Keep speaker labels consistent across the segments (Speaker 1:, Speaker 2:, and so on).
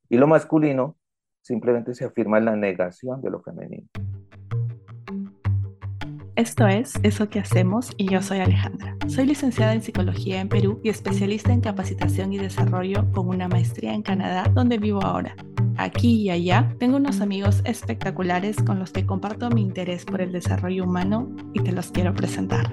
Speaker 1: Y lo masculino simplemente se afirma en la negación de lo femenino.
Speaker 2: Esto es Eso que hacemos y yo soy Alejandra. Soy licenciada en Psicología en Perú y especialista en capacitación y desarrollo con una maestría en Canadá, donde vivo ahora. Aquí y allá tengo unos amigos espectaculares con los que comparto mi interés por el desarrollo humano y te los quiero presentar.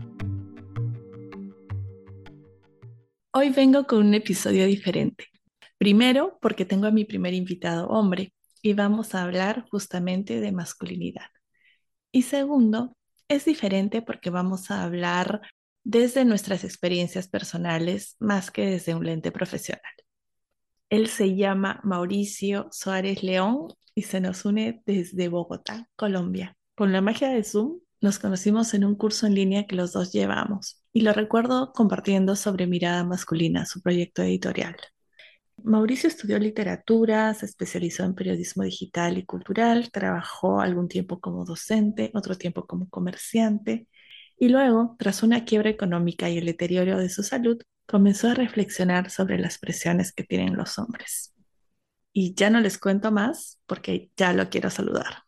Speaker 2: Hoy vengo con un episodio diferente. Primero, porque tengo a mi primer invitado hombre y vamos a hablar justamente de masculinidad. Y segundo, es diferente porque vamos a hablar desde nuestras experiencias personales más que desde un lente profesional. Él se llama Mauricio Suárez León y se nos une desde Bogotá, Colombia. Con la magia de Zoom nos conocimos en un curso en línea que los dos llevamos y lo recuerdo compartiendo sobre Mirada Masculina, su proyecto editorial. Mauricio estudió literatura, se especializó en periodismo digital y cultural, trabajó algún tiempo como docente, otro tiempo como comerciante y luego, tras una quiebra económica y el deterioro de su salud, comenzó a reflexionar sobre las presiones que tienen los hombres. Y ya no les cuento más porque ya lo quiero saludar.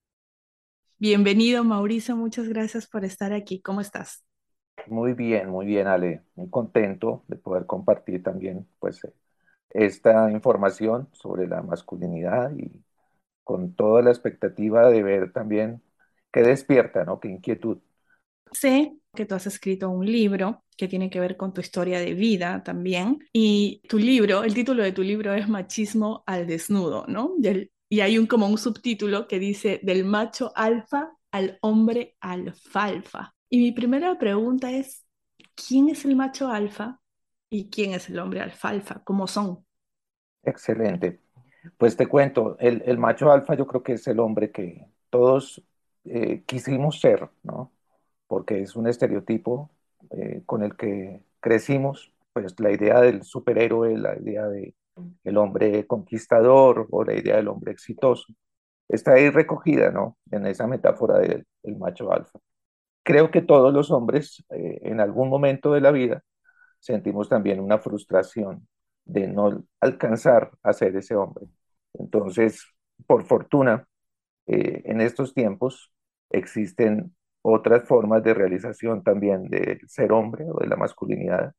Speaker 2: Bienvenido, Mauricio, muchas gracias por estar aquí. ¿Cómo estás?
Speaker 1: Muy bien, Ale. Muy contento de poder compartir también, pues, esta información sobre la masculinidad y con toda la expectativa de ver también qué despierta, ¿no? Qué inquietud.
Speaker 2: Sé que tú has escrito un libro que tiene que ver con tu historia de vida también. Y tu libro, el título de tu libro es Machismo al desnudo, ¿no? Y hay como un subtítulo que dice del macho alfa al hombre alfalfa. Y mi primera pregunta es, ¿quién es el macho alfa y quién es el hombre alfalfa? ¿Cómo son?
Speaker 1: Excelente. Pues te cuento, el macho alfa yo creo que es el hombre que todos quisimos ser, ¿no? Porque es un estereotipo con el que crecimos, pues la idea del superhéroe, la idea de el hombre conquistador o la idea del hombre exitoso, está ahí recogida, ¿no? En esa metáfora del macho alfa. Creo que todos los hombres en algún momento de la vida sentimos también una frustración de no alcanzar a ser ese hombre. Entonces, por fortuna, en estos tiempos existen otras formas de realización también del ser hombre o de la masculinidad.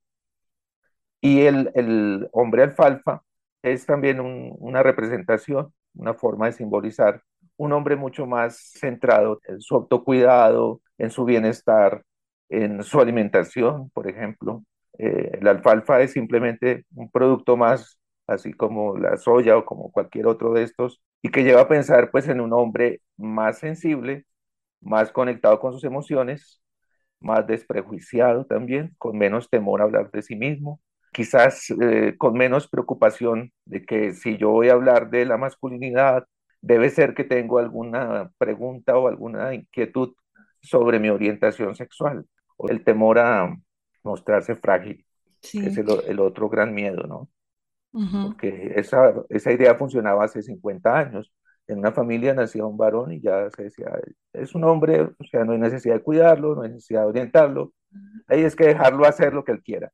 Speaker 1: Y el hombre alfalfa es también una representación, una forma de simbolizar un hombre mucho más centrado en su autocuidado, en su bienestar, en su alimentación, por ejemplo. La alfalfa es simplemente un producto más, así como la soya o como cualquier otro de estos, y que lleva a pensar pues en un hombre más sensible, más conectado con sus emociones, más desprejuiciado también, con menos temor a hablar de sí mismo, quizás con menos preocupación de que si yo voy a hablar de la masculinidad, debe ser que tengo alguna pregunta o alguna inquietud sobre mi orientación sexual, o el temor a mostrarse frágil, que es
Speaker 2: Sí.
Speaker 1: el otro gran miedo, ¿no?
Speaker 2: Ujú.
Speaker 1: Porque esa idea funcionaba hace 50 años. En una familia nacía un varón y ya se decía, es un hombre, o sea, no hay necesidad de cuidarlo, no hay necesidad de orientarlo, ahí es que dejarlo hacer lo que él quiera.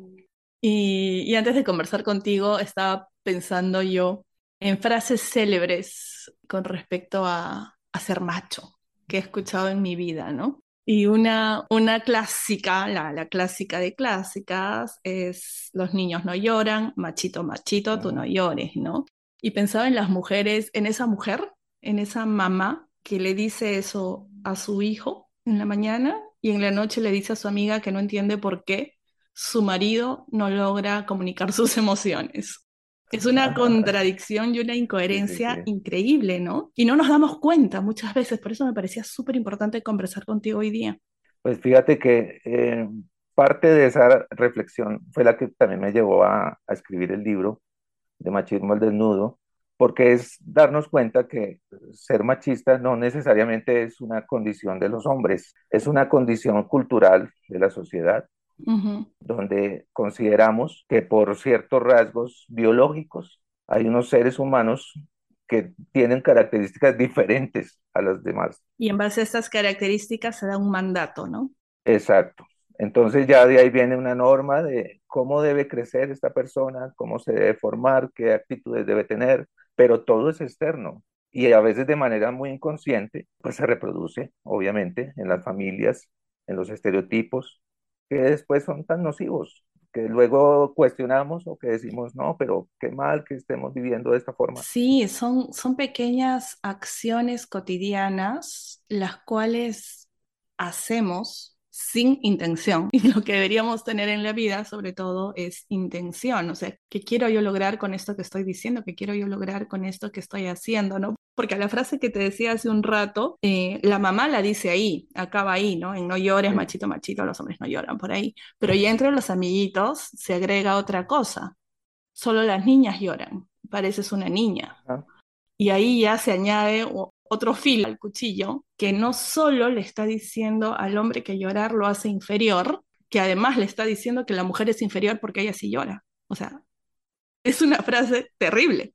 Speaker 2: Y antes de conversar contigo, estaba pensando yo en frases célebres con respecto a ser macho que he escuchado en mi vida, ¿no? Y una clásica, la clásica de clásicas, es los niños no lloran, machito, machito, tú no
Speaker 1: Mm,
Speaker 2: llores, ¿no? Y pensaba en las mujeres, en esa mujer, en esa mamá que le dice eso a su hijo en la mañana y en la noche le dice a su amiga que no entiende por qué su marido no logra comunicar sus emociones. Es una contradicción y una
Speaker 1: sí, sí, sí.
Speaker 2: incoherencia increíble, ¿no? Y no nos damos cuenta muchas veces, por eso me parecía súper importante conversar contigo hoy día.
Speaker 1: Pues fíjate que parte de esa reflexión fue la que también me llevó a escribir el libro de Machismo al Desnudo, porque es darnos cuenta que ser machista no necesariamente es una condición de los hombres, es una condición cultural de la sociedad,
Speaker 2: Ujú.
Speaker 1: donde consideramos que por ciertos rasgos biológicos hay unos seres humanos que tienen características diferentes a las demás.
Speaker 2: Y en base a estas características se da un mandato, ¿no?
Speaker 1: Exacto. Entonces ya de ahí viene una norma de cómo debe crecer esta persona, cómo se debe formar, qué actitudes debe tener, pero todo es externo. Y a veces de manera muy inconsciente, pues se reproduce, obviamente, en las familias, en los estereotipos, que después son tan nocivos, que luego cuestionamos o que decimos, no, pero qué mal que estemos viviendo de esta forma.
Speaker 2: Sí, son pequeñas acciones cotidianas las cuales hacemos sin intención. Y lo que deberíamos tener en la vida, sobre todo, es intención. O sea, ¿qué quiero yo lograr con esto que estoy diciendo? ¿Qué quiero yo lograr con esto que estoy haciendo? ¿No? Porque la frase que te decía hace un rato, la mamá la dice ahí, acaba ahí, ¿no? En no llores,
Speaker 1: Sí.
Speaker 2: machito, machito, los hombres no lloran por ahí. Pero ya entre los amiguitos se agrega otra cosa. Solo las niñas lloran, pareces una niña.
Speaker 1: Ajá.
Speaker 2: Y ahí ya se añade otro filo al cuchillo que no solo le está diciendo al hombre que llorar lo hace inferior, que además le está diciendo que la mujer es inferior porque ella sí llora. O sea, es una frase terrible.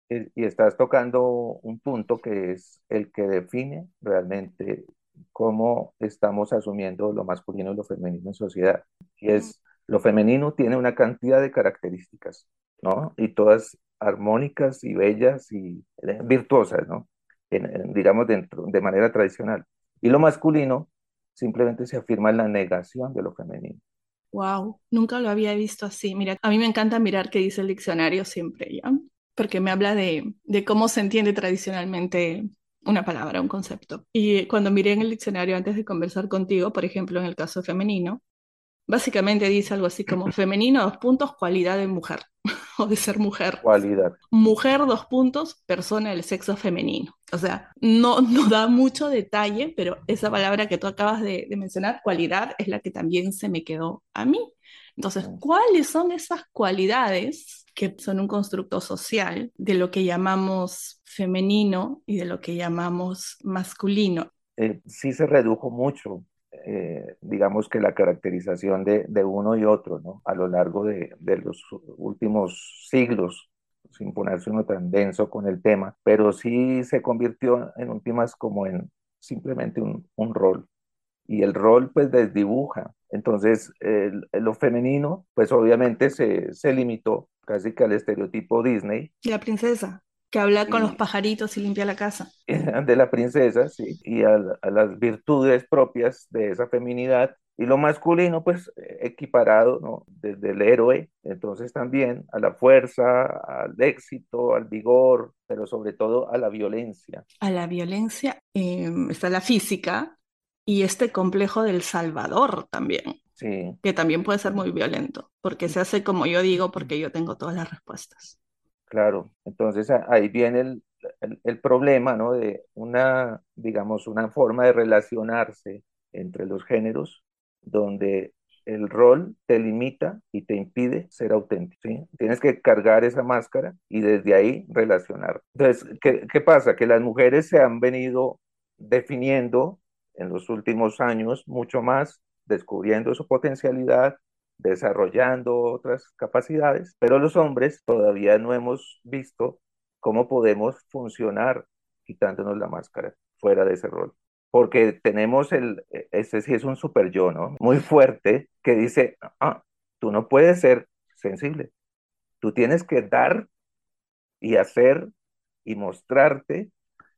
Speaker 1: Y estás tocando un punto que es el que define realmente cómo estamos asumiendo lo masculino y lo femenino en sociedad. Y es, lo femenino tiene una cantidad de características, ¿no? Y todas armónicas y bellas y virtuosas, ¿no? Digamos, dentro, de manera tradicional. Y lo masculino simplemente se afirma en la negación de lo femenino.
Speaker 2: Wow, nunca lo había visto así. Mira, a mí me encanta mirar qué dice el diccionario siempre, ¿ya? Porque me habla de cómo se entiende tradicionalmente una palabra, un concepto. Y cuando miré en el diccionario antes de conversar contigo, por ejemplo, en el caso femenino, básicamente dice algo así como femenino, dos puntos, cualidad de mujer o de ser mujer.
Speaker 1: Cualidad.
Speaker 2: Mujer, dos puntos, persona del sexo femenino. O sea, no da mucho detalle, pero esa palabra que tú acabas de mencionar, cualidad, es la que también se me quedó a mí. Entonces, ¿cuáles son esas cualidades que son un constructo social de lo que llamamos femenino y de lo que llamamos masculino?
Speaker 1: Sí se redujo mucho, digamos que la caracterización de uno y otro, ¿no? A lo largo de los últimos siglos, sin ponerse uno tan denso con el tema, pero sí se convirtió en últimas como en simplemente un rol. Y el rol pues desdibuja. Entonces, lo femenino, pues obviamente se limitó casi que al estereotipo Disney
Speaker 2: La princesa, que habla con los
Speaker 1: y,
Speaker 2: pajaritos y limpia la casa.
Speaker 1: de la princesa, sí, y a las virtudes propias de esa feminidad. Y lo masculino, pues, equiparado, ¿no? Desde el héroe, entonces también a la fuerza, al éxito, al vigor, pero sobre todo a la violencia.
Speaker 2: A la violencia, está la física y este complejo del salvador también,
Speaker 1: Sí,
Speaker 2: que también puede ser muy violento, porque se hace como yo digo, porque yo tengo todas las respuestas.
Speaker 1: claro. Entonces ahí viene el problema, ¿no? De una, digamos, una forma de relacionarse entre los géneros donde el rol te limita y te impide ser auténtico, ¿sí? Tienes que cargar esa máscara y desde ahí relacionar. Entonces, ¿qué pasa? Que las mujeres se han venido definiendo en los últimos años mucho más, descubriendo su potencialidad, desarrollando otras capacidades, pero los hombres todavía no hemos visto cómo podemos funcionar quitándonos la máscara fuera de ese rol. Porque tenemos ese sí es un super yo, ¿no? Muy fuerte que dice, ah, tú no puedes ser sensible, tú tienes que dar y hacer y mostrarte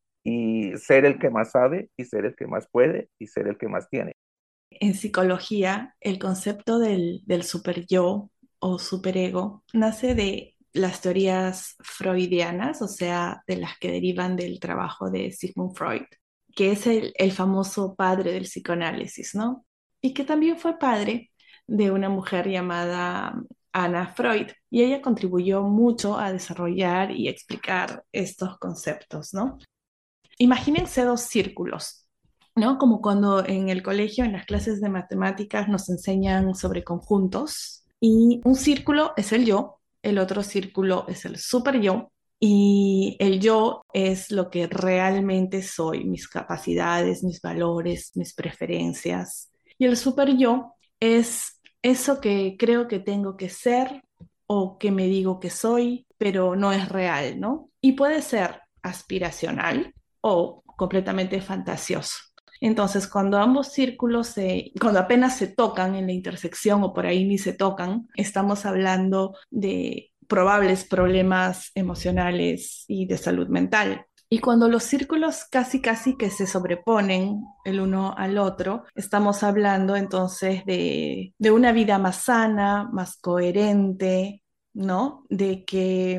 Speaker 1: y ser el que más sabe y ser el que más puede y ser el que más tiene.
Speaker 2: En psicología, el concepto del super yo o superego nace de las teorías freudianas, o sea, de las que derivan del trabajo de Sigmund Freud, que es el famoso padre del psicoanálisis, ¿no? Y que también fue padre de una mujer llamada Anna Freud, y ella contribuyó mucho a desarrollar y explicar estos conceptos, ¿no? Imagínense dos círculos, ¿no? Como cuando en el colegio, en las clases de matemáticas, nos enseñan sobre conjuntos y un círculo es el yo, el otro círculo es el super yo y el yo es lo que realmente soy, mis capacidades, mis valores, mis preferencias. Y el super yo es eso que creo que tengo que ser o que me digo que soy, pero no es real, ¿no? Y puede ser aspiracional o completamente fantasioso. Entonces, cuando ambos círculos cuando apenas se tocan en la intersección o por ahí ni se tocan, estamos hablando de probables problemas emocionales y de salud mental. Y cuando los círculos casi casi que se sobreponen el uno al otro, estamos hablando entonces de una vida más sana, más coherente, ¿no? De que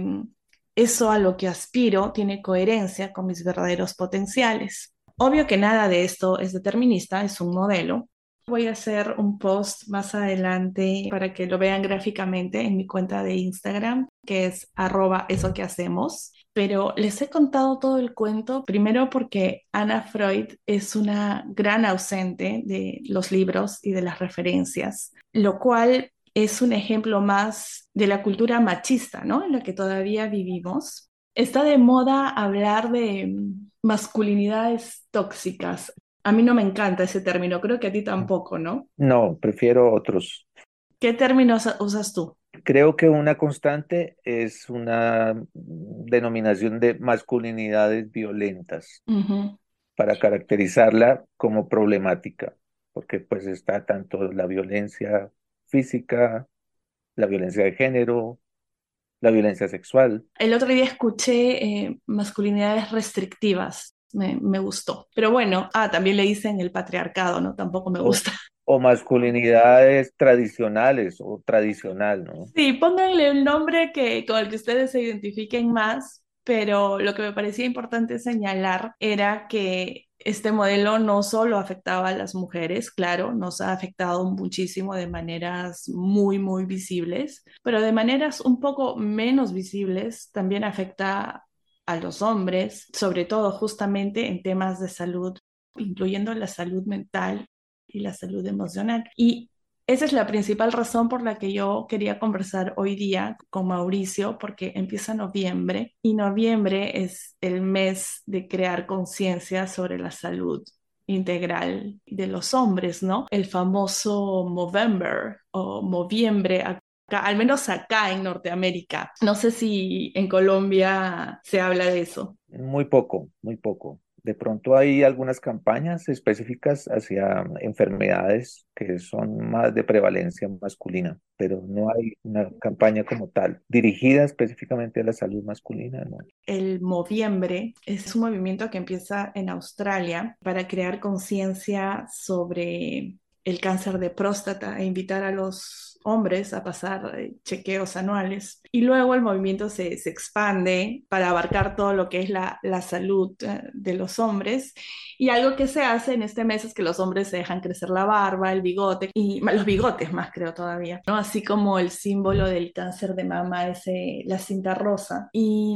Speaker 2: eso a lo que aspiro tiene coherencia con mis verdaderos potenciales. Obvio que nada de esto es determinista, es un modelo. Voy a hacer un post más adelante para que lo vean gráficamente en mi cuenta de Instagram, que es @eso que hacemos. Pero les he contado todo el cuento, primero porque Anna Freud es una gran ausente de los libros y de las referencias, lo cual es un ejemplo más de la cultura machista, ¿no? En la que todavía vivimos. Está de moda hablar de masculinidades tóxicas. A mí no me encanta ese término, creo que a ti tampoco, ¿no?
Speaker 1: No, prefiero otros.
Speaker 2: ¿Qué términos usas tú?
Speaker 1: Creo que una constante es una denominación de masculinidades violentas
Speaker 2: Ujú.
Speaker 1: para caracterizarla como problemática, porque pues está tanto la violencia física, la violencia de género, la violencia sexual,
Speaker 2: El otro día escuché masculinidades restrictivas, me gustó. Pero bueno, también le dicen el patriarcado, ¿no? Tampoco me
Speaker 1: o,
Speaker 2: gusta.
Speaker 1: o masculinidades tradicionales o tradicional, ¿no?
Speaker 2: Sí, pónganle un nombre con el que ustedes se identifiquen más, pero lo que me parecía importante señalar era que este modelo no solo afectaba a las mujeres, claro, nos ha afectado muchísimo de maneras muy, muy visibles, pero de maneras un poco menos visibles también afecta a los hombres, sobre todo justamente en temas de salud, incluyendo la salud mental y la salud emocional. Y esa es la principal razón por la que yo quería conversar hoy día con Mauricio, porque empieza noviembre y noviembre es el mes de crear conciencia sobre la salud integral de los hombres, ¿no? El famoso Movember o Moviembre acá, al menos acá en Norteamérica. No sé si en Colombia se habla de eso.
Speaker 1: Muy poco, muy poco. De pronto hay algunas campañas específicas hacia enfermedades que son más de prevalencia masculina, pero no hay una campaña como tal dirigida específicamente a la salud masculina, ¿no?
Speaker 2: El Moviembre es un movimiento que empieza en Australia para crear conciencia sobre el cáncer de próstata e invitar a los hombres a pasar chequeos anuales. Y luego el movimiento se expande para abarcar todo lo que es la salud de los hombres. Y algo que se hace en este mes es que los hombres se dejan crecer la barba, el bigote, y los bigotes más creo todavía, ¿no? Así como el símbolo del cáncer de mama es la cinta rosa. Y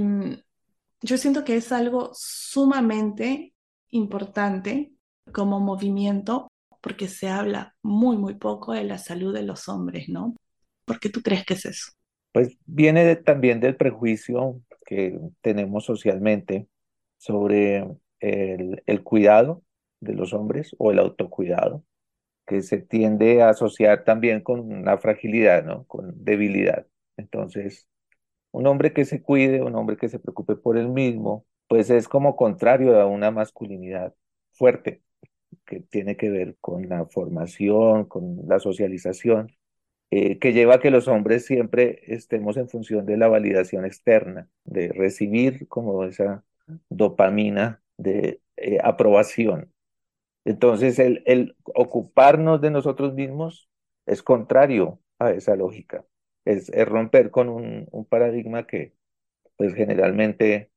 Speaker 2: yo siento que es algo sumamente importante como movimiento porque se habla muy, muy poco de la salud de los hombres, ¿no? ¿Por qué tú crees que es eso?
Speaker 1: Pues viene también del prejuicio que tenemos socialmente sobre el cuidado de los hombres o el autocuidado, que se tiende a asociar también con la fragilidad, ¿no? Con debilidad. Entonces, un hombre que se cuide, un hombre que se preocupe por él mismo, pues es como contrario a una masculinidad fuerte, que tiene que ver con la formación, con la socialización, que lleva a que los hombres siempre estemos en función de la validación externa, de recibir como esa dopamina de aprobación. Entonces, el ocuparnos de nosotros mismos es contrario a esa lógica. Es romper con un paradigma que, pues generalmente,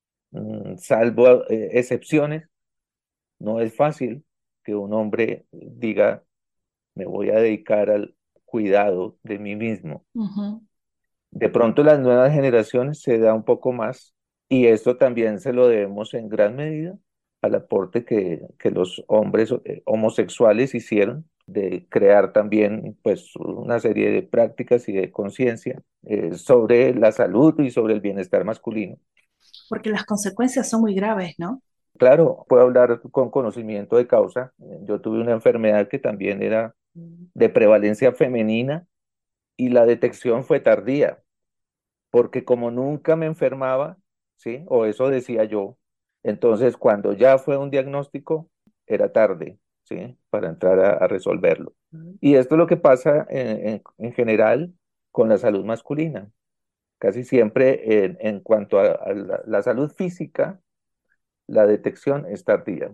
Speaker 1: salvo excepciones, no es fácil que un hombre diga, me voy a dedicar al cuidado de mí mismo.
Speaker 2: Ujú.
Speaker 1: De pronto las nuevas generaciones se da un poco más y esto también se lo debemos en gran medida al aporte que los hombres homosexuales hicieron de crear también pues una serie de prácticas y de conciencia sobre la salud y sobre el bienestar masculino.
Speaker 2: Porque las consecuencias son muy graves, ¿no?
Speaker 1: Claro, puedo hablar con conocimiento de causa. Yo tuve una enfermedad que también era de prevalencia femenina y la detección fue tardía, porque como nunca me enfermaba, ¿sí? O eso decía yo, entonces cuando ya fue un diagnóstico, era tarde, ¿sí? Para entrar a resolverlo. Y esto es lo que pasa en general con la salud masculina. Casi siempre en cuanto a la salud física, la detección es tardía.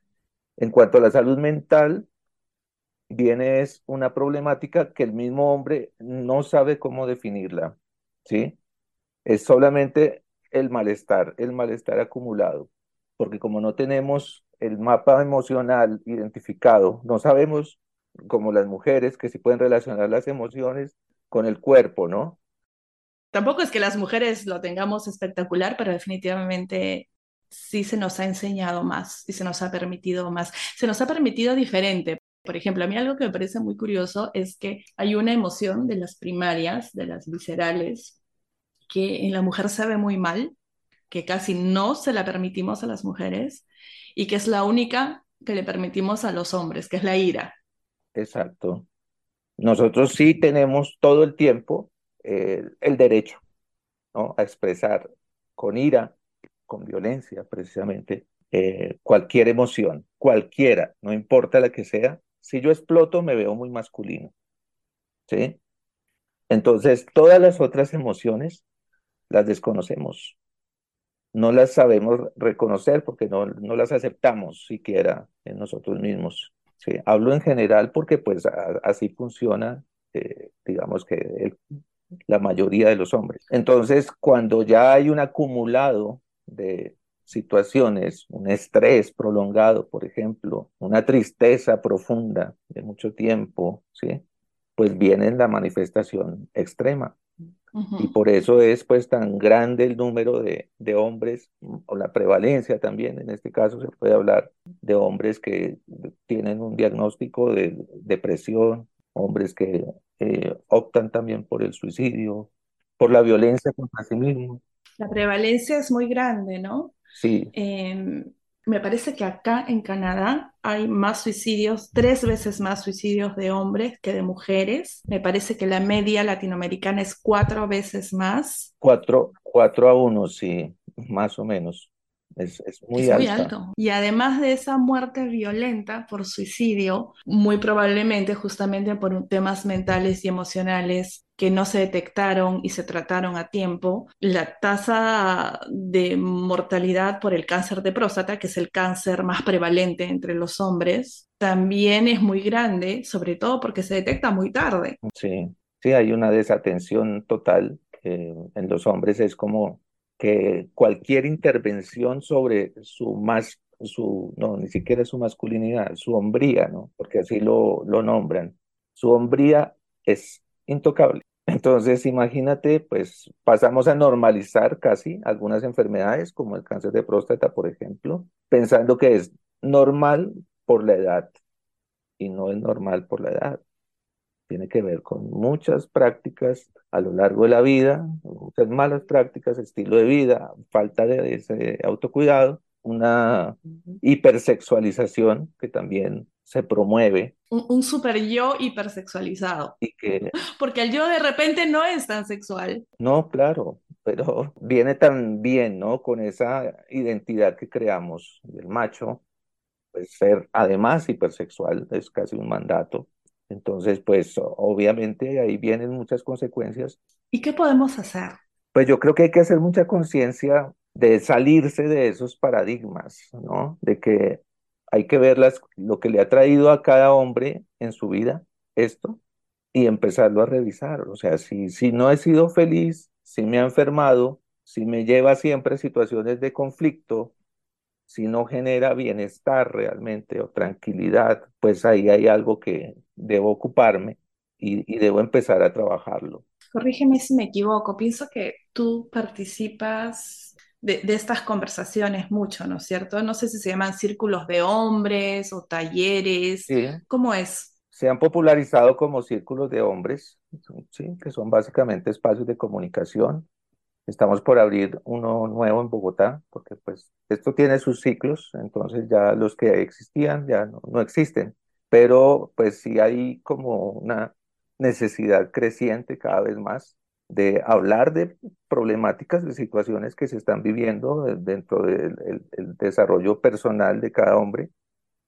Speaker 1: En cuanto a la salud mental, viene es una problemática que el mismo hombre no sabe cómo definirla, ¿sí? Es solamente el malestar acumulado, porque como no tenemos el mapa emocional identificado, no sabemos, como las mujeres, que sí pueden relacionar las emociones con el cuerpo, ¿no?
Speaker 2: Tampoco es que las mujeres lo tengamos espectacular, pero definitivamente sí se nos ha enseñado más y se nos ha permitido más. Se nos ha permitido diferente. Por ejemplo, a mí algo que me parece muy curioso es que hay una emoción de las primarias, de las viscerales, que en la mujer se ve muy mal, que casi no se la permitimos a las mujeres y que es la única que le permitimos a los hombres, que es la ira.
Speaker 1: Exacto. Nosotros sí tenemos todo el tiempo el derecho, ¿no? A expresar con ira, con violencia, precisamente, cualquier emoción, cualquiera, no importa la que sea. Si yo exploto, me veo muy masculino, ¿sí? Entonces, todas las otras emociones las desconocemos, no las sabemos reconocer porque no las aceptamos siquiera en nosotros mismos, ¿sí? Hablo en general porque pues así funciona, digamos que la mayoría de los hombres. Entonces, cuando ya hay un acumulado de situaciones, un estrés prolongado, por ejemplo, una tristeza profunda de mucho tiempo, ¿sí? Pues viene la manifestación extrema. Y
Speaker 2: Ujú.
Speaker 1: por eso es pues tan grande el número de hombres, o la prevalencia también, en este caso se puede hablar de hombres que tienen un diagnóstico de depresión, hombres que optan también por el suicidio, por la violencia contra sí mismos.
Speaker 2: La prevalencia es muy grande, ¿no?
Speaker 1: Sí,
Speaker 2: Eh, Me parece que acá en Canadá hay más suicidios, 3 veces más suicidios de hombres que de mujeres. Me parece que la media latinoamericana es 4 veces más.
Speaker 1: 4-1, sí, más o menos. Es muy
Speaker 2: Es muy
Speaker 1: alta.
Speaker 2: alto. Y además de esa muerte violenta por suicidio, muy probablemente justamente por temas mentales y emocionales que no se detectaron y se trataron a tiempo, la tasa de mortalidad por el cáncer de próstata, que es el cáncer más prevalente entre los hombres, también es muy grande, sobre todo porque se detecta muy tarde.
Speaker 1: Sí, sí, hay una desatención total en los hombres. Es como que cualquier intervención sobre no, ni siquiera su masculinidad, su hombría, ¿no? Porque así lo nombran. Su hombría es intocable. Entonces, imagínate, pues pasamos a normalizar casi algunas enfermedades, como el cáncer de próstata, por ejemplo, pensando que es normal por la edad y no es normal por la edad. Tiene que ver con muchas prácticas a lo largo de la vida, muchas malas prácticas, estilo de vida, falta de ese autocuidado, una hipersexualización que también se promueve
Speaker 2: Un super yo hipersexualizado,
Speaker 1: y que
Speaker 2: porque el yo de repente no es tan sexual.
Speaker 1: no, claro, pero viene tan bien, ¿no? Con esa identidad que creamos del macho, pues ser además hipersexual es casi un mandato. Entonces, pues obviamente ahí vienen muchas consecuencias.
Speaker 2: ¿Y qué podemos hacer?
Speaker 1: Pues yo creo que hay que hacer mucha conciencia de salirse de esos paradigmas, ¿no? De que hay que ver lo que le ha traído a cada hombre en su vida esto y empezarlo a revisar. O sea, si no he sido feliz, si me ha enfermado, si me lleva siempre a situaciones de conflicto, si no genera bienestar realmente o tranquilidad, pues ahí hay algo que debo ocuparme y debo empezar a trabajarlo.
Speaker 2: Corrígeme si me equivoco, pienso que tú participas de estas conversaciones mucho, ¿no es cierto? No sé si se llaman círculos de hombres o talleres,
Speaker 1: Sí,
Speaker 2: ¿cómo es?
Speaker 1: se han popularizado como círculos de hombres, sí, que son básicamente espacios de comunicación. Estamos por abrir uno nuevo en Bogotá, porque pues esto tiene sus ciclos, entonces ya los que existían ya no existen, pero pues sí hay como una necesidad creciente cada vez más de hablar de problemáticas, de situaciones que se están viviendo dentro del el desarrollo personal de cada hombre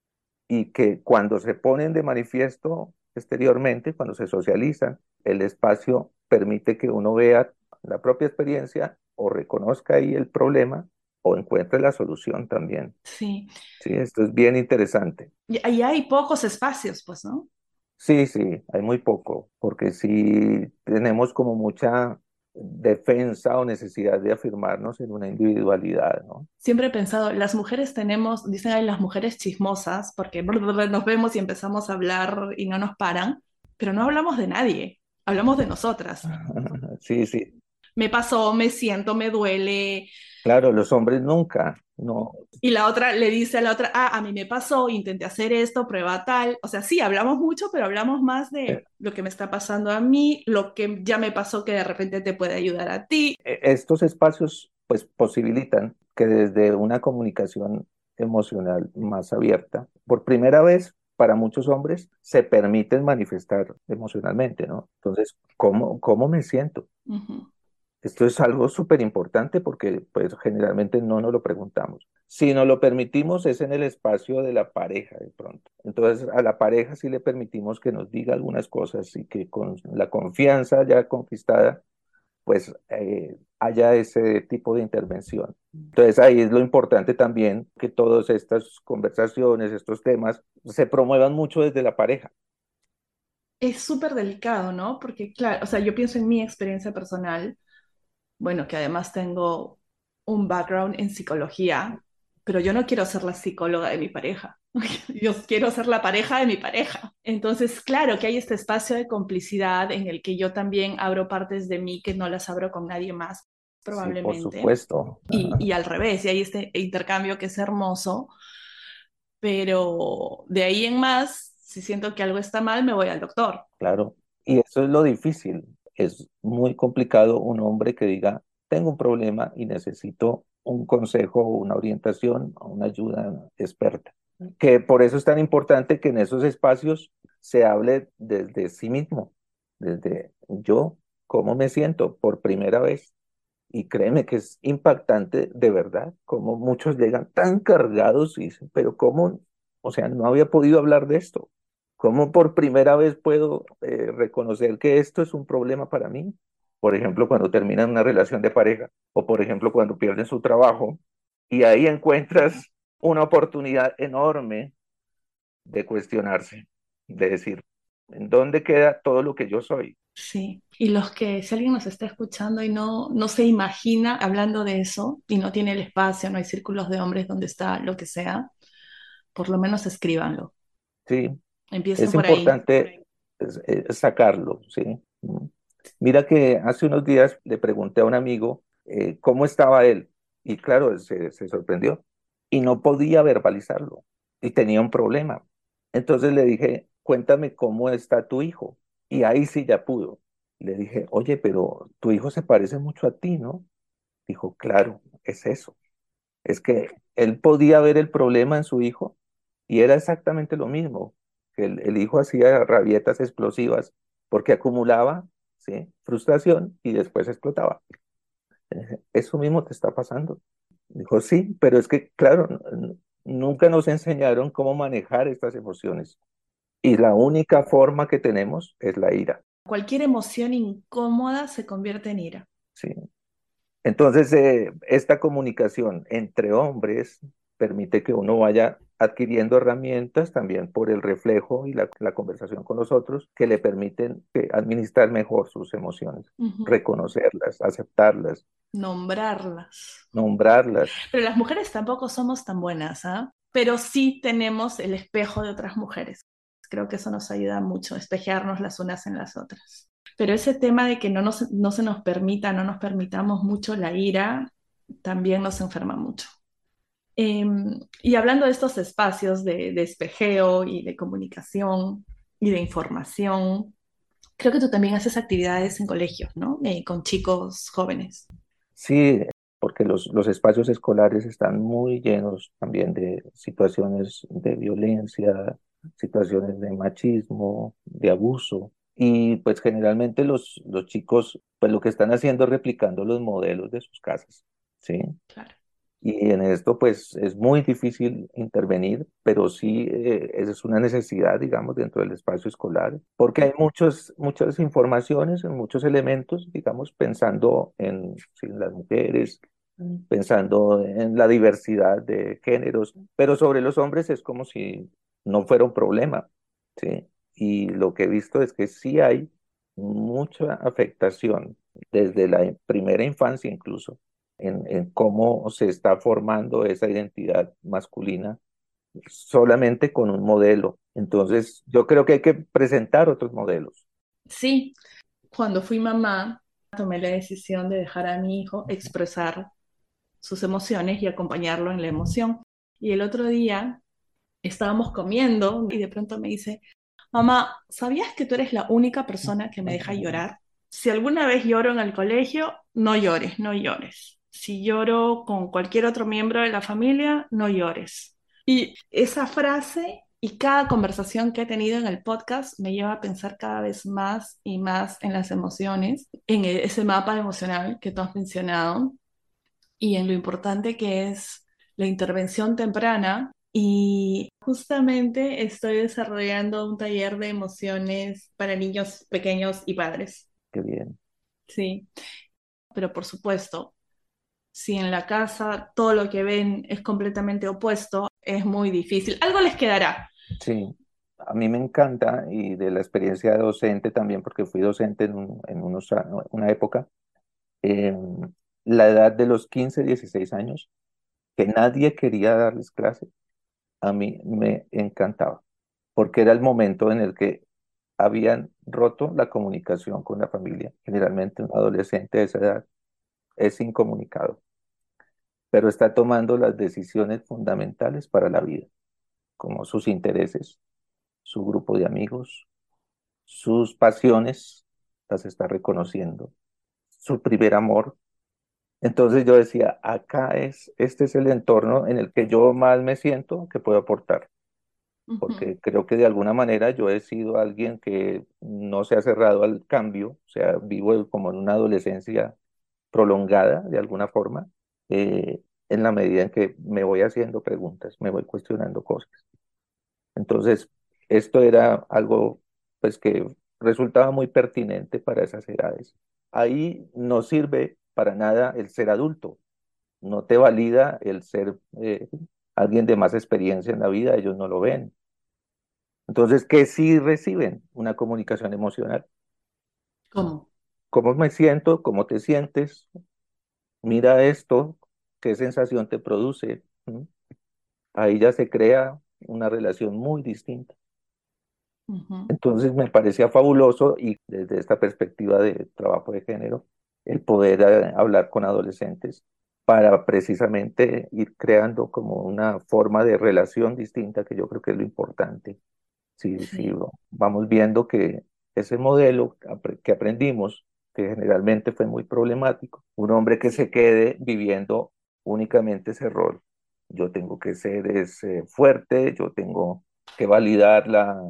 Speaker 1: y que cuando se ponen de manifiesto exteriormente, cuando se socializan, el espacio permite que uno vea la propia experiencia o reconozca ahí el problema o encuentre la solución también.
Speaker 2: Sí.
Speaker 1: Sí, esto es bien interesante.
Speaker 2: Y ahí hay pocos espacios, pues, ¿no?
Speaker 1: Sí, sí, hay muy poco, porque sí tenemos como mucha defensa o necesidad de afirmarnos en una individualidad, ¿no?
Speaker 2: Siempre he pensado, las mujeres tenemos, dicen, hay las mujeres chismosas, porque nos vemos y empezamos a hablar y no nos paran, pero no hablamos de nadie, hablamos de nosotras.
Speaker 1: Sí, sí,
Speaker 2: Me pasó, me siento, me duele.
Speaker 1: claro, los hombres nunca, no.
Speaker 2: Y la otra le dice a la otra, ah, a mí me pasó, intenté hacer esto, prueba tal. O sea, sí, hablamos mucho, pero hablamos más de lo que me está pasando a mí, lo que ya me pasó que de repente te puede ayudar a ti.
Speaker 1: Estos espacios pues posibilitan que desde una comunicación emocional más abierta, por primera vez para muchos hombres se permiten manifestar emocionalmente, ¿no? Entonces, ¿cómo me siento?
Speaker 2: Ujú.
Speaker 1: Esto es algo súper importante porque pues generalmente no nos lo preguntamos. Si nos lo permitimos es en el espacio de la pareja de pronto. Entonces a la pareja sí le permitimos que nos diga algunas cosas y que con la confianza ya conquistada pues haya ese tipo de intervención. Entonces ahí es lo importante también que todas estas conversaciones, estos temas, se promuevan mucho desde la pareja.
Speaker 2: Es súper delicado, ¿no? Porque, claro, o sea, yo pienso en mi experiencia personal, bueno, que además tengo un background en psicología, pero yo no quiero ser la psicóloga de mi pareja. Yo quiero ser la pareja de mi pareja. Entonces, claro que hay este espacio de complicidad en el que yo también abro partes de mí que no las abro con nadie más,
Speaker 1: Sí, por
Speaker 2: probablemente.
Speaker 1: supuesto.
Speaker 2: Y al revés, y hay este intercambio que es hermoso, pero de ahí en más, si siento que algo está mal, me voy al doctor.
Speaker 1: Claro, y eso es lo difícil. Es muy complicado un hombre que diga, tengo un problema y necesito un consejo, una orientación, o una ayuda experta. Que por eso es tan importante que en esos espacios se hable desde sí mismo, desde yo, cómo me siento por primera vez. Y créeme que es impactante de verdad, como muchos llegan tan cargados y dicen, pero ¿cómo? O sea, no había podido hablar de esto. ¿Cómo por primera vez puedo reconocer que esto es un problema para mí? Por ejemplo, cuando terminan una relación de pareja o por ejemplo cuando pierden su trabajo y ahí encuentras una oportunidad enorme de cuestionarse, de decir, ¿en dónde queda todo lo que yo soy?
Speaker 2: Sí, y los que, si alguien nos está escuchando y no se imagina hablando de eso y no tiene el espacio, no hay círculos de hombres donde está lo que sea, por lo menos escríbanlo.
Speaker 1: Sí,
Speaker 2: Empiecen
Speaker 1: es
Speaker 2: por ahí.
Speaker 1: importante sacarlo, ¿sí? Mira que hace unos días le pregunté a un amigo cómo estaba él y claro, se sorprendió y no podía verbalizarlo y tenía un problema. Entonces le dije, cuéntame cómo está tu hijo y ahí sí ya pudo. Le dije, oye, pero tu hijo se parece mucho a ti, ¿no? Dijo, claro, es eso. Es que él podía ver el problema en su hijo y era exactamente lo mismo, que el hijo hacía rabietas explosivas porque acumulaba, ¿sí? Frustración y después explotaba. Eso mismo te está pasando. Dijo, sí, pero es que, claro, nunca nos enseñaron cómo manejar estas emociones y la única forma que tenemos es la ira,
Speaker 2: Cualquier emoción incómoda se convierte en ira.
Speaker 1: ¿sí? Entonces, esta comunicación entre hombres permite que uno vaya adquiriendo herramientas también por el reflejo y la conversación con los otros que le permiten administrar mejor sus emociones,
Speaker 2: Ujú.
Speaker 1: reconocerlas, aceptarlas,
Speaker 2: Nombrarlas.
Speaker 1: nombrarlas.
Speaker 2: Pero las mujeres tampoco somos tan buenas, ¿ah? Pero sí tenemos el espejo de otras mujeres. Creo que eso nos ayuda mucho, espejearnos las unas en las otras. Pero ese tema de que no se nos permita, no nos permitamos mucho la ira, también nos enferma mucho. Eh, y hablando de estos espacios de espejeo y de comunicación y de información, creo que tú también haces actividades en colegios, ¿no? Con chicos jóvenes.
Speaker 1: Sí, porque los espacios escolares están muy llenos también de situaciones de violencia, situaciones de machismo, de abuso. Y pues generalmente los chicos, pues lo que están haciendo es replicando los modelos de sus casas, ¿sí?
Speaker 2: Claro.
Speaker 1: Y en esto, pues, es muy difícil intervenir, pero sí, esa es una necesidad, digamos, dentro del espacio escolar, porque hay muchas informaciones, muchos elementos, digamos, pensando en, sí, en las mujeres, pensando en la diversidad de géneros, pero sobre los hombres es como si no fuera un problema, ¿sí? Y lo que he visto es que sí hay mucha afectación desde la primera infancia incluso en cómo se está formando esa identidad masculina solamente con un modelo. Entonces, yo creo que hay que presentar otros modelos.
Speaker 2: Sí, cuando fui mamá, tomé la decisión de dejar a mi hijo expresar sus emociones y acompañarlo en la emoción. Y el otro día estábamos comiendo y de pronto me dice, mamá, ¿sabías que tú eres la única persona que me deja llorar? Si alguna vez lloro en el colegio, no llores, no llores. Si lloro con cualquier otro miembro de la familia, no llores. Y esa frase y cada conversación que he tenido en el podcast me lleva a pensar cada vez más y más en las emociones, en ese mapa emocional que tú has mencionado y en lo importante que es la intervención temprana. Y justamente estoy desarrollando un taller de emociones para niños pequeños y padres.
Speaker 1: Qué bien.
Speaker 2: Sí, pero por supuesto, si en la casa todo lo que ven es completamente opuesto, es muy difícil. Algo les quedará.
Speaker 1: Sí, a mí me encanta y de la experiencia de docente también, porque fui docente una época, eh, la edad de los 15, 16 años, que nadie quería darles clase, a mí me encantaba, porque era el momento en el que habían roto la comunicación con la familia. Generalmente un adolescente de esa edad es incomunicado, pero está tomando las decisiones fundamentales para la vida, como sus intereses, su grupo de amigos, sus pasiones, las está reconociendo, su primer amor. Entonces yo decía, este es el entorno en el que yo más me siento que puedo aportar,
Speaker 2: Ujú.
Speaker 1: porque creo que de alguna manera yo he sido alguien que no se ha cerrado al cambio, o sea, vivo como en una adolescencia prolongada de alguna forma, en la medida en que me voy haciendo preguntas, me voy cuestionando cosas. Entonces, esto era algo pues que resultaba muy pertinente para esas edades. Ahí no sirve para nada el ser adulto, no te valida el ser alguien de más experiencia en la vida, ellos no lo ven. Entonces, ¿qué sí reciben? Una comunicación emocional.
Speaker 2: ¿Cómo?
Speaker 1: ¿Cómo me siento? ¿Cómo te sientes? Mira esto, ¿qué sensación te produce? ¿Mm? Ahí ya se crea una relación muy distinta.
Speaker 2: Ujú.
Speaker 1: Entonces me parecía fabuloso y desde esta perspectiva de trabajo de género, el poder hablar con adolescentes para precisamente ir creando como una forma de relación distinta que yo creo que es lo importante. Si
Speaker 2: Sí,
Speaker 1: vamos viendo que ese modelo que aprendimos, que generalmente fue muy problemático, un hombre que se quede viviendo únicamente ese rol. Yo tengo que ser fuerte, yo tengo que validar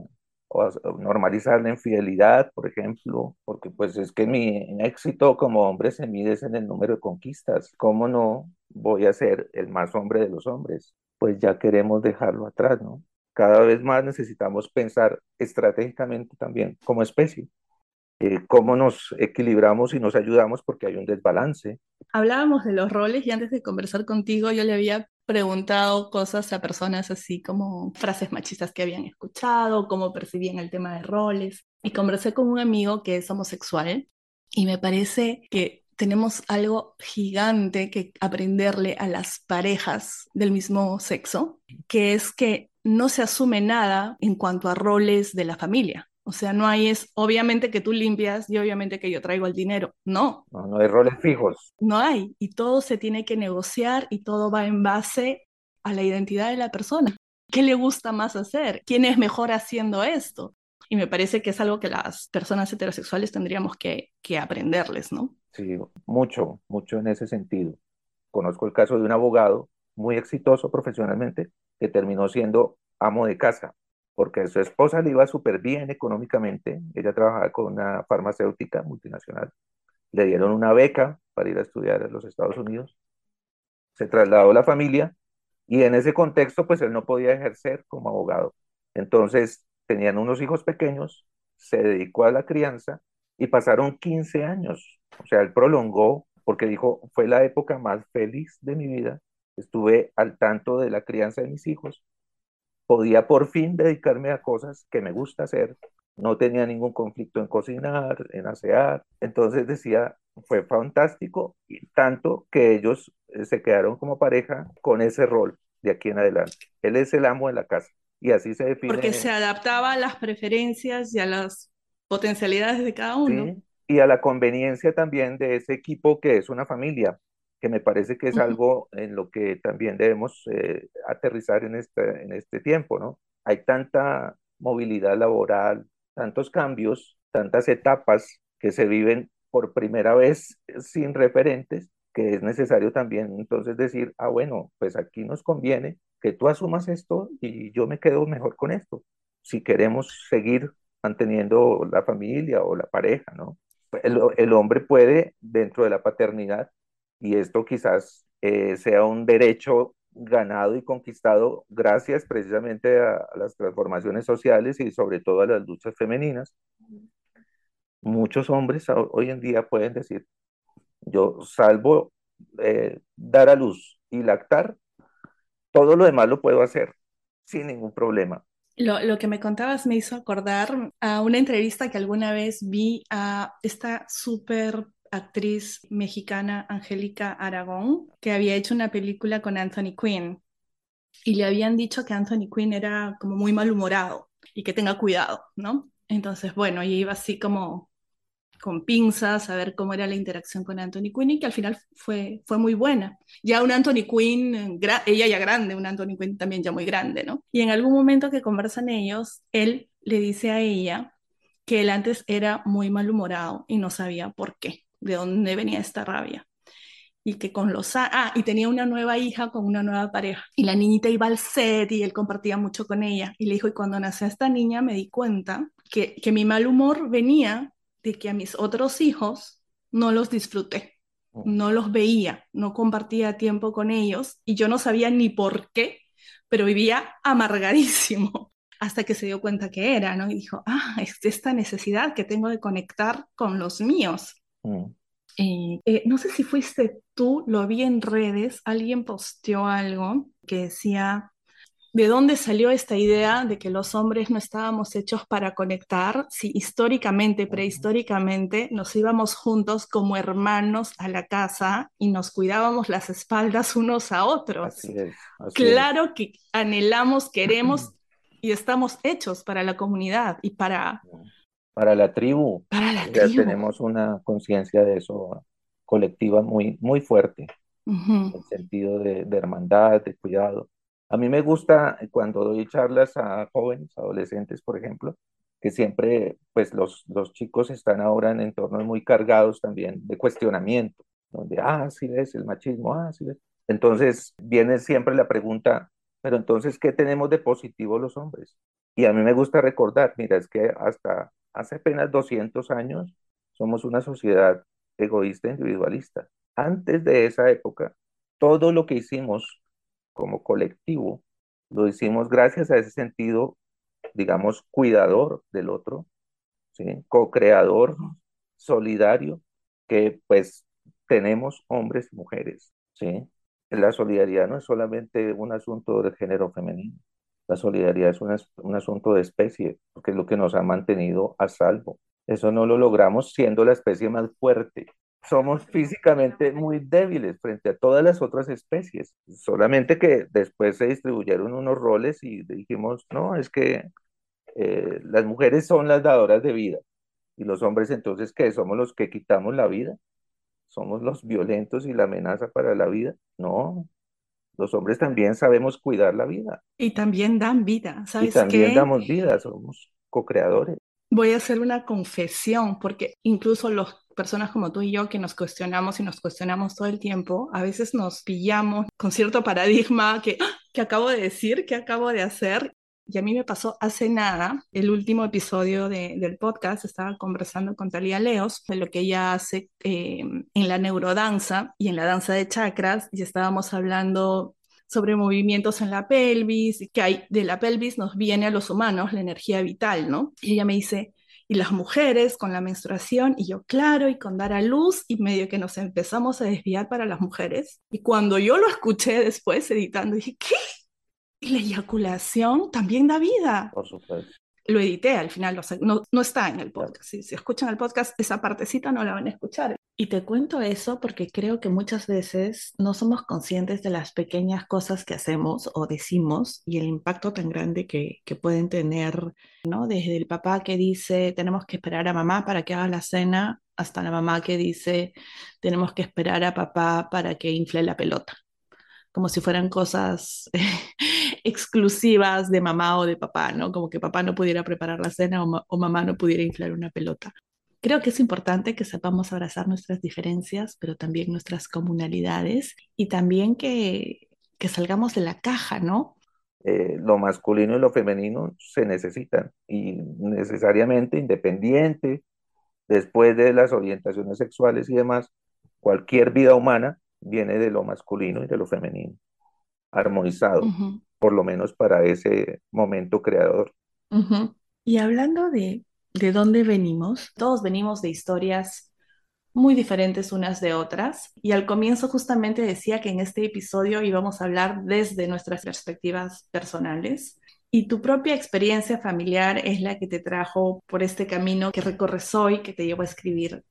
Speaker 1: o normalizar la infidelidad, por ejemplo, porque pues es que mi éxito como hombre se mide es en el número de conquistas. ¿Cómo no voy a ser el más hombre de los hombres? Pues ya queremos dejarlo atrás, ¿no? Cada vez más necesitamos pensar estratégicamente también como especie, cómo nos equilibramos y nos ayudamos porque hay un desbalance.
Speaker 2: hablábamos de los roles y antes de conversar contigo yo le había preguntado cosas a personas así como frases machistas que habían escuchado, cómo percibían el tema de roles. Y conversé con un amigo que es homosexual y me parece que tenemos algo gigante que aprenderle a las parejas del mismo sexo, que es que no se asume nada en cuanto a roles de la familia. O sea, no hay es obviamente que tú limpias y obviamente que yo traigo el dinero. No,
Speaker 1: No, no hay roles fijos.
Speaker 2: no hay, y todo se tiene que negociar y todo va en base a la identidad de la persona. ¿Qué le gusta más hacer? ¿Quién es mejor haciendo esto? Y me parece que es algo que las personas heterosexuales tendríamos que aprenderles, ¿no?
Speaker 1: Sí, mucho, mucho en ese sentido. Conozco el caso de un abogado muy exitoso profesionalmente que terminó siendo amo de casa porque a su esposa le iba súper bien económicamente. Ella trabajaba con una farmacéutica multinacional. Le dieron una beca para ir a estudiar a los Estados Unidos Se trasladó la familia y en ese contexto, pues él no podía ejercer como abogado. Entonces, tenían unos hijos pequeños, se dedicó a la crianza y pasaron 15 años. O sea, él prolongó porque dijo, fue la época más feliz de mi vida. Estuve al tanto de la crianza de mis hijos, podía por fin dedicarme a cosas que me gusta hacer, no tenía ningún conflicto en cocinar, en asear, entonces decía, fue fantástico, y tanto que ellos se quedaron como pareja con ese rol de aquí en adelante. Él es el amo de la casa y así se
Speaker 2: Porque se
Speaker 1: define,
Speaker 2: adaptaba a las preferencias y a las potencialidades de cada uno.
Speaker 1: ¿sí? Y a la conveniencia también de ese equipo que es una familia, que me parece que es
Speaker 2: Ujú.
Speaker 1: algo en lo que también debemos aterrizar en este tiempo, ¿no? Hay tanta movilidad laboral, tantos cambios, tantas etapas que se viven por primera vez sin referentes, que es necesario también entonces decir, ah, bueno, pues aquí nos conviene que tú asumas esto y yo me quedo mejor con esto, si queremos seguir manteniendo la familia o la pareja, ¿no? El hombre puede dentro de la paternidad, y esto quizás sea un derecho ganado y conquistado gracias precisamente a las transformaciones sociales y sobre todo a las luchas femeninas. Muchos hombres hoy en día pueden decir, yo salvo dar a luz y lactar, todo lo demás lo puedo hacer sin ningún problema.
Speaker 2: Lo que me contabas me hizo acordar a una entrevista que alguna vez vi a esta súper actriz mexicana, Angélica Aragón, que había hecho una película con Anthony Quinn y le habían dicho que Anthony Quinn era como muy malhumorado y que tenga cuidado, ¿no? Entonces, bueno, ella iba así como con pinzas a ver cómo era la interacción con Anthony Quinn y que al final fue muy buena. Ya un Anthony Quinn, ella ya grande, un Anthony Quinn también ya muy grande, ¿no? Y en algún momento que conversan ellos, él le dice a ella que él antes era muy malhumorado y no sabía por qué, de dónde venía esta rabia. Y que con y tenía una nueva hija con una nueva pareja. Y la niñita iba al set y él compartía mucho con ella. Y le dijo, y cuando nació esta niña me di cuenta que mi mal humor venía de que a mis otros hijos no los disfruté, no los veía, no compartía tiempo con ellos y yo no sabía ni por qué, pero vivía amargadísimo hasta que se dio cuenta que era, ¿no? Y dijo, es esta necesidad que tengo de conectar con los míos.
Speaker 1: Mm.
Speaker 2: No sé si fuiste tú, lo vi en redes, alguien posteó algo que decía, ¿de dónde salió esta idea de que los hombres no estábamos hechos para conectar si históricamente,
Speaker 1: Ujú.
Speaker 2: prehistóricamente, nos íbamos juntos como hermanos a la casa y nos cuidábamos las espaldas unos a
Speaker 1: Así
Speaker 2: otros?
Speaker 1: es, así es.
Speaker 2: Claro que anhelamos, queremos y estamos hechos para la comunidad y
Speaker 1: Para la tribu,
Speaker 2: para la
Speaker 1: ya
Speaker 2: tribu.
Speaker 1: tenemos una conciencia de eso colectiva muy, muy fuerte,
Speaker 2: Ujú.
Speaker 1: el sentido de hermandad, de cuidado. A mí me gusta cuando doy charlas a jóvenes, adolescentes, por ejemplo, que siempre, pues los chicos están ahora en entornos muy cargados también de cuestionamiento, donde, sí ves el machismo, sí ves. Entonces viene siempre la pregunta, pero entonces, ¿qué tenemos de positivo los hombres? Y a mí me gusta recordar, mira, es que hasta hace apenas 200 años somos una sociedad egoísta, individualista. Antes de esa época, todo lo que hicimos como colectivo, lo hicimos gracias a ese sentido, digamos, cuidador del otro, ¿sí? Co-creador, solidario, que pues tenemos hombres y mujeres, ¿sí? La solidaridad no es solamente un asunto del género femenino, la solidaridad es un asunto de especie, porque es lo que nos ha mantenido a salvo. Eso no lo logramos siendo la especie más fuerte. Somos físicamente muy débiles frente a todas las otras especies, solamente que después se distribuyeron unos roles y dijimos, no, es que las mujeres son las dadoras de vida y los hombres entonces, ¿qué? ¿Somos los que quitamos la vida? ¿Somos los violentos y la amenaza para la vida? No, los hombres también sabemos cuidar la vida
Speaker 2: Y también dan vida.
Speaker 1: y
Speaker 2: ¿Sabes
Speaker 1: también
Speaker 2: qué?
Speaker 1: damos vida, somos co-creadores.
Speaker 2: Voy a hacer una confesión, porque incluso las personas como tú y yo que nos cuestionamos y nos cuestionamos todo el tiempo, a veces nos pillamos con cierto paradigma que acabo de decir, que acabo de hacer. Y a mí me pasó hace nada, el último episodio del podcast, estaba conversando con Talia Leos de lo que ella hace en la neurodanza y en la danza de chakras, y estábamos hablando sobre movimientos en la pelvis, y que hay, de la pelvis nos viene a los humanos la energía vital, ¿no? Y ella me dice, y las mujeres con la menstruación, y yo, claro, y con dar a luz, y medio que nos empezamos a desviar para las mujeres. Y cuando yo lo escuché después editando, dije, ¿qué? ¿Y la eyaculación también da vida?
Speaker 1: Por supuesto.
Speaker 2: Lo edité al final, o sea, no está en el
Speaker 1: Claro.
Speaker 2: podcast. Si escuchan el podcast, esa partecita no la van a escuchar. Y te cuento eso porque creo que muchas veces no somos conscientes de las pequeñas cosas que hacemos o decimos y el impacto tan grande que pueden tener, ¿no? Desde el papá que dice, tenemos que esperar a mamá para que haga la cena, hasta la mamá que dice, tenemos que esperar a papá para que infle la pelota, como si fueran cosas exclusivas de mamá o de papá, ¿no? Como que papá no pudiera preparar la cena o mamá no pudiera inflar una pelota. Creo que es importante que sepamos abrazar nuestras diferencias, pero también nuestras comunalidades y también que salgamos de la caja, ¿no?
Speaker 1: Lo masculino y lo femenino se necesitan y necesariamente independiente, después de las orientaciones sexuales y demás, cualquier vida humana viene de lo masculino y de lo femenino, armonizado,
Speaker 2: Ujú,
Speaker 1: por lo menos para ese momento creador.
Speaker 2: ujú. Y hablando de dónde venimos, todos venimos de historias muy diferentes unas de otras. Y al comienzo justamente decía que en este episodio íbamos a hablar desde nuestras perspectivas personales. Y tu propia experiencia familiar es la que te trajo por este camino que recorres hoy, que te llevó a escribir.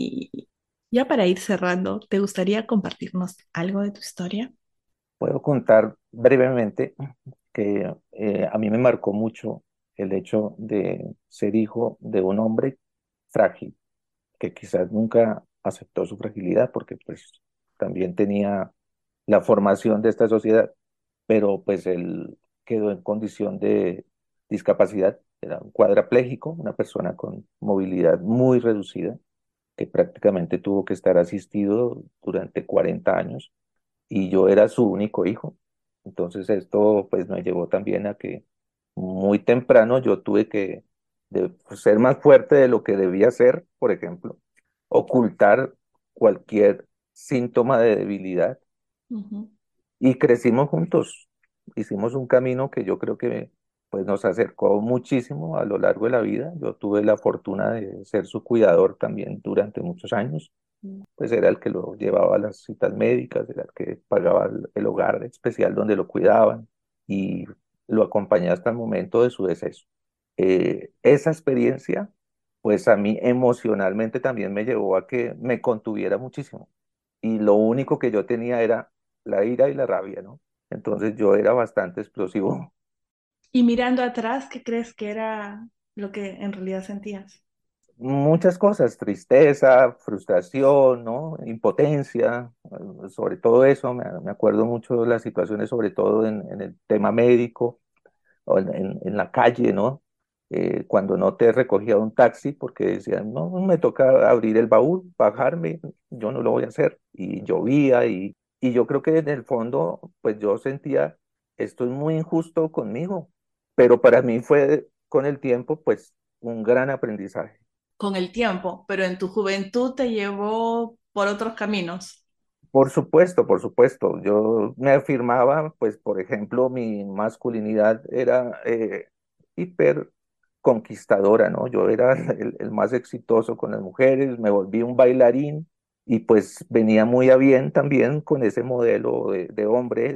Speaker 2: Y ya para ir cerrando, ¿te gustaría compartirnos algo de tu historia?
Speaker 1: Puedo contar brevemente que a mí me marcó mucho el hecho de ser hijo de un hombre frágil, que quizás nunca aceptó su fragilidad porque pues también tenía la formación de esta sociedad, pero pues él quedó en condición de discapacidad, era un cuadrapléjico, una persona con movilidad muy reducida, que prácticamente tuvo que estar asistido durante 40 años y yo era su único hijo. Entonces esto pues me llevó también a que muy temprano yo tuve que pues, ser más fuerte de lo que debía ser, por ejemplo, ocultar cualquier síntoma de debilidad
Speaker 2: Ujú,
Speaker 1: y crecimos juntos. Hicimos un camino que yo creo que pues nos acercó muchísimo a lo largo de la vida. Yo tuve la fortuna de ser su cuidador también durante muchos años. Pues era el que lo llevaba a las citas médicas, era el que pagaba el hogar especial donde lo cuidaban y lo acompañé hasta el momento de su deceso. Esa experiencia, pues a mí emocionalmente también me llevó a que me contuviera muchísimo. Y lo único que yo tenía era la ira y la rabia, ¿no? Entonces yo era bastante explosivo.
Speaker 2: y mirando atrás, ¿qué crees que era lo que en realidad sentías?
Speaker 1: Muchas cosas, tristeza, frustración, ¿no? Impotencia, sobre todo eso, me acuerdo mucho de las situaciones, sobre todo en el tema médico o en la calle, ¿no? Cuando no te recogía un taxi porque decían, no, me toca abrir el baúl, bajarme, yo no lo voy a hacer. Y llovía y yo creo que en el fondo, pues yo sentía, esto es muy injusto conmigo, pero para mí fue con el tiempo, pues, un gran aprendizaje.
Speaker 2: Con el tiempo, pero en tu juventud te llevó por otros caminos.
Speaker 1: Por supuesto, por supuesto. Yo me afirmaba, pues, por ejemplo, mi masculinidad era hiper conquistadora, ¿no? Yo era el más exitoso con las mujeres, me volví un bailarín y pues venía muy a bien también con ese modelo de hombre,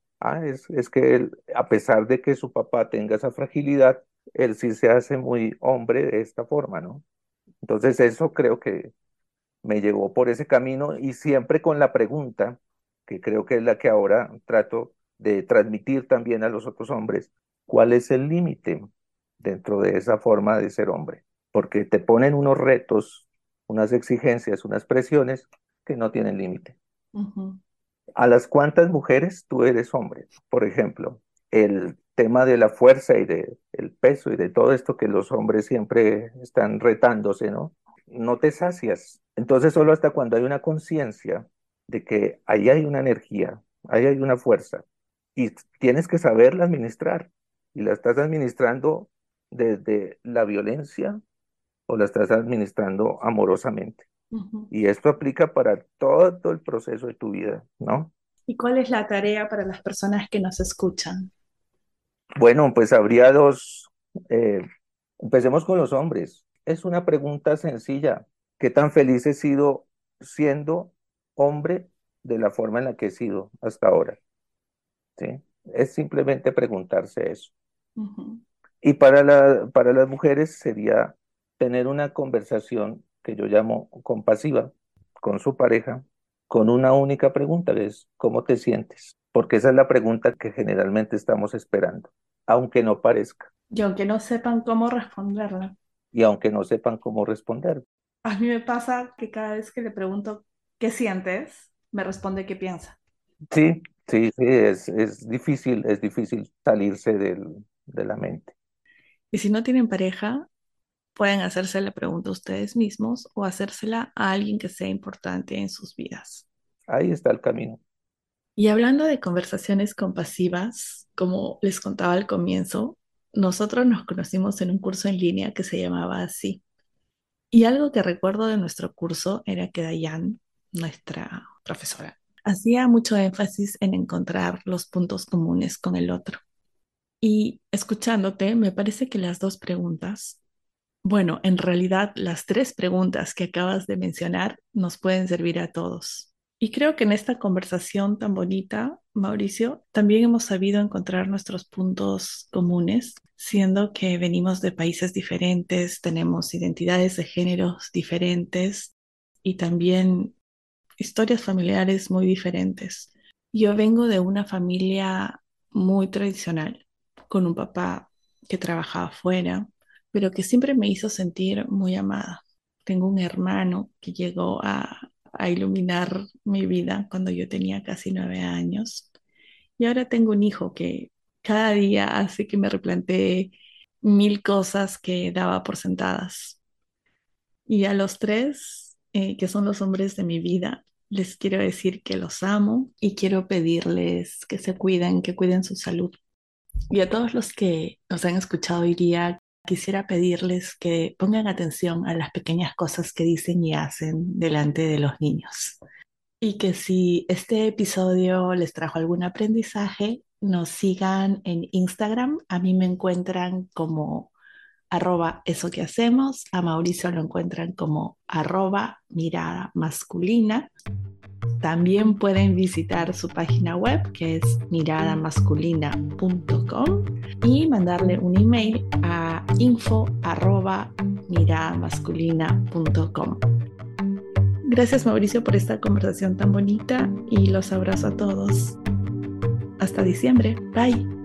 Speaker 1: es que a pesar de que su papá tenga esa fragilidad, él sí se hace muy hombre de esta forma, ¿no? Entonces eso creo que me llevó por ese camino y siempre con la pregunta, que creo que es la que ahora trato de transmitir también a los otros hombres, ¿cuál es el límite dentro de esa forma de ser hombre? Porque te ponen unos retos, unas exigencias, unas presiones que no tienen límite.
Speaker 2: Ujú.
Speaker 1: ¿A las cuantas mujeres tú eres hombre? Por ejemplo, el tema de la fuerza y de el peso y de todo esto que los hombres siempre están retándose, ¿no? No te sacias. Entonces, solo hasta cuando hay una conciencia de que ahí hay una energía, ahí hay una fuerza y tienes que saberla administrar. y la estás administrando desde la violencia o la estás administrando amorosamente.
Speaker 2: Ujú.
Speaker 1: Y esto aplica para todo el proceso de tu vida, ¿no?
Speaker 2: ¿Y cuál es la tarea para las personas que nos escuchan?
Speaker 1: Bueno, pues habría dos. eh, Empecemos con los hombres. Es una pregunta sencilla. ¿Qué tan feliz he sido siendo hombre de la forma en la que he sido hasta ahora? ¿Sí? Es simplemente preguntarse eso.
Speaker 2: Ujú.
Speaker 1: Y para las mujeres sería tener una conversación que yo llamo compasiva con su pareja, con una única pregunta, que es ¿cómo te sientes? Porque esa es la pregunta que generalmente estamos esperando, aunque no parezca
Speaker 2: Y aunque no sepan cómo responderla,
Speaker 1: y aunque no sepan cómo responder.
Speaker 2: a mí me pasa que cada vez que le pregunto qué sientes, me responde qué piensa.
Speaker 1: Sí, sí, sí, es difícil salirse de la mente.
Speaker 2: Y si no tienen pareja, pueden hacerse la pregunta ustedes mismos o hacérsela a alguien que sea importante en sus vidas.
Speaker 1: Ahí está el camino.
Speaker 2: Y hablando de conversaciones compasivas, como les contaba al comienzo, nosotros nos conocimos en un curso en línea que se llamaba así. Y algo que recuerdo de nuestro curso era que Dayan, nuestra profesora, hacía mucho énfasis en encontrar los puntos comunes con el otro. Y escuchándote, me parece que las dos preguntas, bueno, en realidad las tres preguntas que acabas de mencionar nos pueden servir a todos. Y creo que en esta conversación tan bonita, Mauricio, también hemos sabido encontrar nuestros puntos comunes, siendo que venimos de países diferentes, tenemos identidades de géneros diferentes y también historias familiares muy diferentes. Yo vengo de una familia muy tradicional, con un papá que trabajaba afuera, pero que siempre me hizo sentir muy amada. Tengo un hermano que llegó a iluminar mi vida cuando yo tenía casi 9 años. Y ahora tengo un hijo que cada día hace que me replantee mil cosas que daba por sentadas. Y a los tres, que son los hombres de mi vida, les quiero decir que los amo y quiero pedirles que se cuiden, que cuiden su salud. Y a todos los que nos han escuchado hoy día, quisiera pedirles que pongan atención a las pequeñas cosas que dicen y hacen delante de los niños. Y que si este episodio les trajo algún aprendizaje, nos sigan en Instagram. A mí me encuentran como @eso que hacemos. A Mauricio lo encuentran como @mirada masculina. También pueden visitar su página web que es miradamasculina.com y mandarle un email a info@miradamasculina.com. Gracias Mauricio por esta conversación tan bonita y los abrazo a todos. Hasta diciembre. Bye.